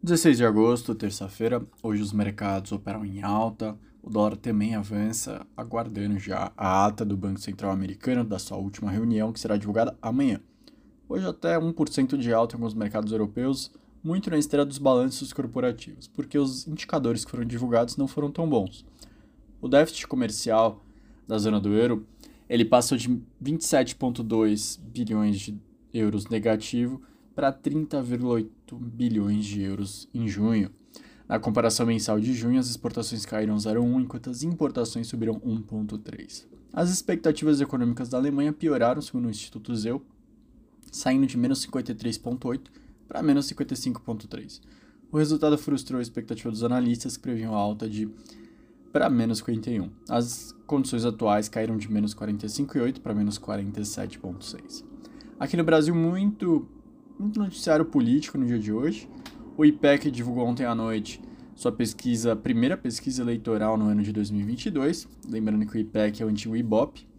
16 de agosto, terça-feira, hoje os mercados operam em alta, o dólar também avança, aguardando já a ata do Banco Central Americano da sua última reunião, que será divulgada amanhã. Hoje até 1% de alta em alguns mercados europeus, muito na esteira dos balanços corporativos, porque os indicadores que foram divulgados não foram tão bons. O déficit comercial da zona do euro, ele passou de 27,2 bilhões de euros negativo para 30,8 bilhões de euros em junho. Na comparação mensal de junho, as exportações caíram 0,1, enquanto as importações subiram 1,3. As expectativas econômicas da Alemanha pioraram, segundo o Instituto ZEW, saindo de menos 53,8 para menos 55,3. O resultado frustrou a expectativa dos analistas, que previam a alta de para menos 51. As condições atuais caíram de menos 45,8 para menos 47,6. Aqui no Brasil, muito noticiário político no dia de hoje. O IPEC divulgou ontem à noite sua primeira pesquisa eleitoral no ano de 2022. Lembrando que o IPEC é o antigo IBOP.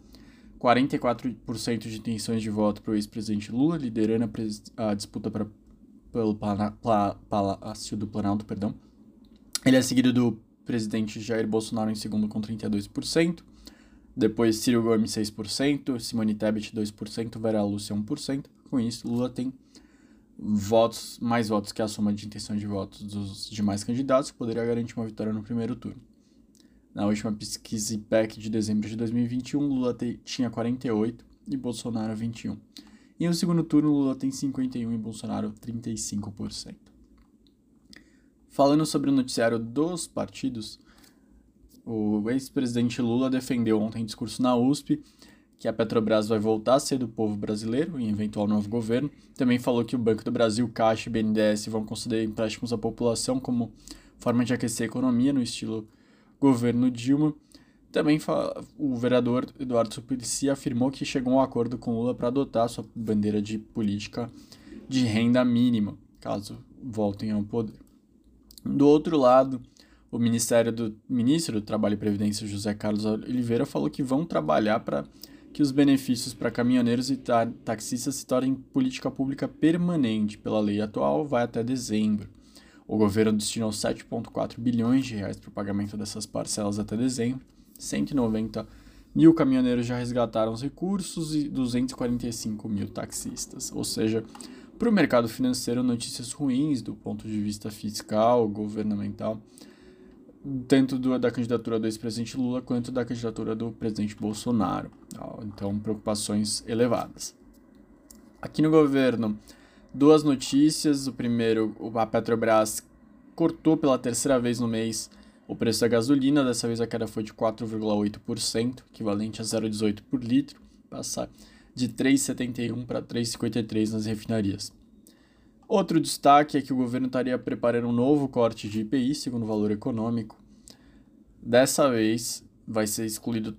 44% de intenções de voto para o ex-presidente Lula, liderando a disputa pelo Palácio do Planalto. Ele é seguido do presidente Jair Bolsonaro em segundo com 32%. Depois Ciro Gomes 6%, Simone Tebet 2%, Vera Lúcia 1%. Com isso, Lula tem mais votos que a soma de intenções de votos dos demais candidatos, que poderia garantir uma vitória no primeiro turno. Na última pesquisa IPEC de dezembro de 2021, Lula tinha 48 e Bolsonaro 21. E no segundo turno, Lula tem 51 e Bolsonaro 35%. Falando sobre o noticiário dos partidos, o ex-presidente Lula defendeu ontem em discurso na USP que a Petrobras vai voltar a ser do povo brasileiro em eventual novo governo. Também falou que o Banco do Brasil, Caixa e BNDES vão conceder empréstimos à população como forma de aquecer a economia no estilo governo Dilma. Também o vereador Eduardo Suplicy afirmou que chegou a um acordo com Lula para adotar sua bandeira de política de renda mínima, caso voltem ao poder. Do outro lado, o ministro do Trabalho e Previdência, José Carlos Oliveira, falou que vão trabalhar para que os benefícios para caminhoneiros e taxistas se tornem política pública permanente. Pela lei atual, vai até dezembro. O governo destinou 7,4 bilhões de reais para o pagamento dessas parcelas até dezembro. 190 mil caminhoneiros já resgataram os recursos e 245 mil taxistas. Ou seja, para o mercado financeiro, notícias ruins do ponto de vista fiscal, governamental, tanto da candidatura do ex-presidente Lula quanto da candidatura do presidente Bolsonaro. Então, preocupações elevadas. Aqui no governo, duas notícias. O primeiro, a Petrobras cortou pela terceira vez no mês o preço da gasolina. Dessa vez a queda foi de 4,8%, equivalente a 0,18 por litro, passar de 3,71 para 3,53 nas refinarias. Outro destaque é que o governo estaria preparando um novo corte de IPI, segundo o Valor Econômico. Dessa vez, vai ser excluído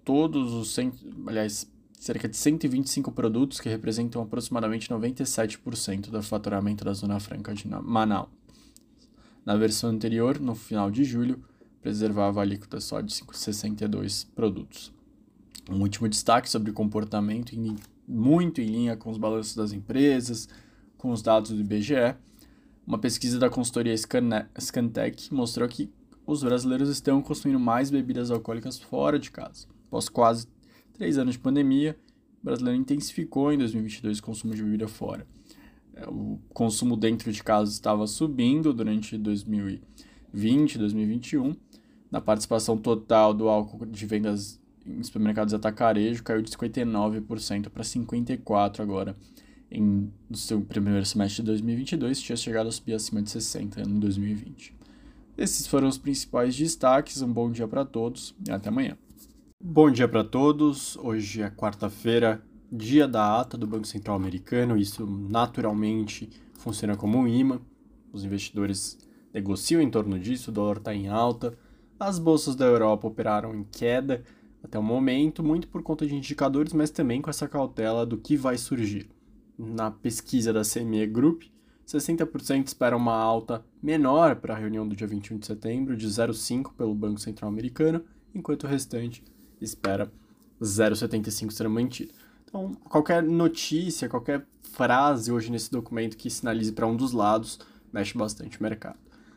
cerca de 125 produtos que representam aproximadamente 97% do faturamento da Zona Franca de Manaus. Na versão anterior, no final de julho, preservava a alíquota só de 62 produtos. Um último destaque sobre o comportamento, muito em linha com os balanços das empresas, com os dados do IBGE, uma pesquisa da consultoria Scantec mostrou que os brasileiros estão consumindo mais bebidas alcoólicas fora de casa. Após quase 3 anos de pandemia, o brasileiro intensificou em 2022 o consumo de bebida fora. O consumo dentro de casa estava subindo durante 2020 e 2021. Na participação total do álcool de vendas em supermercados atacarejo, caiu de 59% para 54% agora. No seu primeiro semestre de 2022, tinha chegado a subir acima de 60% em 2020. Esses foram os principais destaques. Um bom dia para todos e até amanhã. Bom dia para todos. Hoje é quarta-feira, dia da ata do Banco Central Americano. Isso naturalmente funciona como um imã. Os investidores negociam em torno disso, o dólar está em alta. As bolsas da Europa operaram em queda até o momento, muito por conta de indicadores, mas também com essa cautela do que vai surgir. Na pesquisa da CME Group, 60% esperam uma alta menor para a reunião do dia 21 de setembro, de 0,5% pelo Banco Central Americano, enquanto o restante espera 0,75% ser mantido. Então, qualquer notícia, qualquer frase hoje nesse documento que sinalize para um dos lados, mexe bastante o mercado.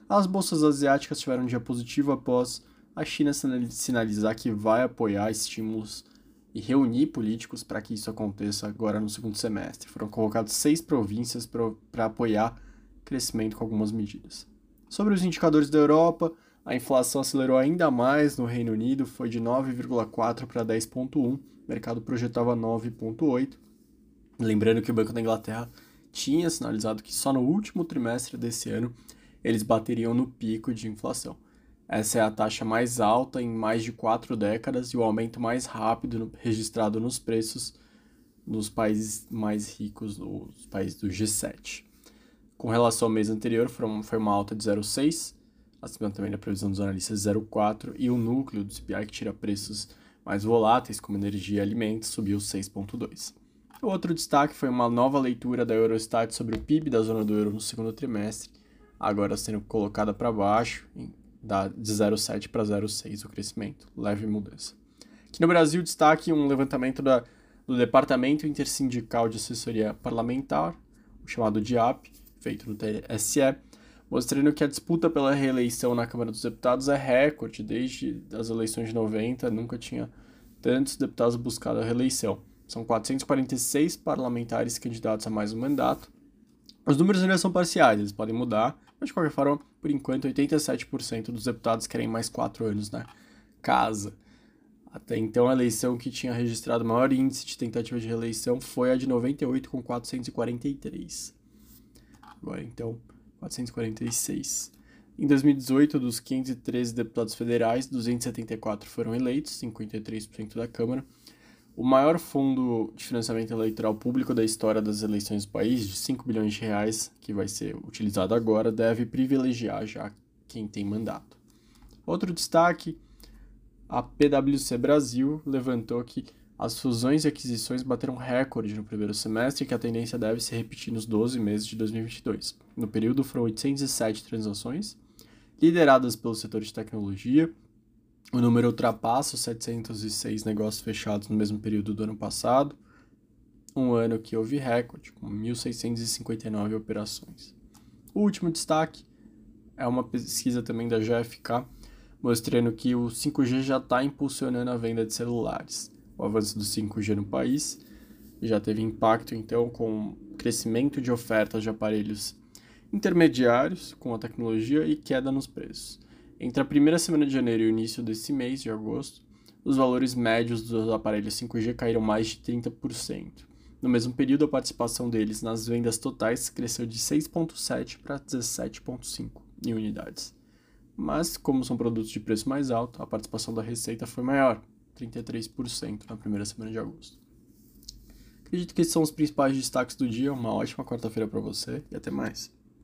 As bolsas asiáticas tiveram um dia positivo após a China sinalizar que vai apoiar estímulos e reunir políticos para que isso aconteça agora no segundo semestre. Foram convocadas 6 províncias para apoiar crescimento com algumas medidas. Sobre os indicadores da Europa, a inflação acelerou ainda mais no Reino Unido, foi de 9,4 para 10,1, o mercado projetava 9,8. Lembrando que o Banco da Inglaterra tinha sinalizado que só no último trimestre desse ano eles bateriam no pico de inflação. Essa é a taxa mais alta em mais de 4 décadas e o aumento mais rápido registrado nos preços nos países mais ricos, os países do G7. Com relação ao mês anterior, foi uma alta de 0,6, acima também da previsão dos analistas 0,4, e o núcleo do CPI, que tira preços mais voláteis, como energia e alimentos, subiu 6,2. O outro destaque foi uma nova leitura da Eurostat sobre o PIB da zona do euro no segundo trimestre, agora sendo colocada para baixo, de 0,7 para 0,6 o crescimento, leve mudança. Aqui no Brasil, destaque um levantamento do Departamento Intersindical de Assessoria Parlamentar, o chamado DIAP, feito no TSE, mostrando que a disputa pela reeleição na Câmara dos Deputados é recorde. Desde as eleições de 90, nunca tinha tantos deputados buscando a reeleição. São 446 parlamentares candidatos a mais um mandato. Os números ainda são parciais, eles podem mudar, mas de qualquer forma, por enquanto, 87% dos deputados querem mais 4 anos na casa. Até então, a eleição que tinha registrado o maior índice de tentativa de reeleição foi a de 98, com 443. Agora, então, 446. Em 2018, dos 513 deputados federais, 274 foram eleitos, 53% da Câmara. O maior fundo de financiamento eleitoral público da história das eleições do país, de 5 bilhões de reais, que vai ser utilizado agora, deve privilegiar já quem tem mandato. Outro destaque, a PwC Brasil levantou que as fusões e aquisições bateram recorde no primeiro semestre e que a tendência deve se repetir nos 12 meses de 2022. No período foram 807 transações, lideradas pelo setor de tecnologia. O número ultrapassa os 706 negócios fechados no mesmo período do ano passado, um ano que houve recorde, com 1.659 operações. O último destaque é uma pesquisa também da GfK, mostrando que o 5G já está impulsionando a venda de celulares. O avanço do 5G no país já teve impacto, então, com o crescimento de ofertas de aparelhos intermediários com a tecnologia e queda nos preços. Entre a primeira semana de janeiro e o início desse mês, de agosto, os valores médios dos aparelhos 5G caíram mais de 30%. No mesmo período, a participação deles nas vendas totais cresceu de 6,7% para 17,5% em unidades. Mas, como são produtos de preço mais alto, a participação da receita foi maior, 33% na primeira semana de agosto. Acredito que esses são os principais destaques do dia. Uma ótima quarta-feira para você e até mais.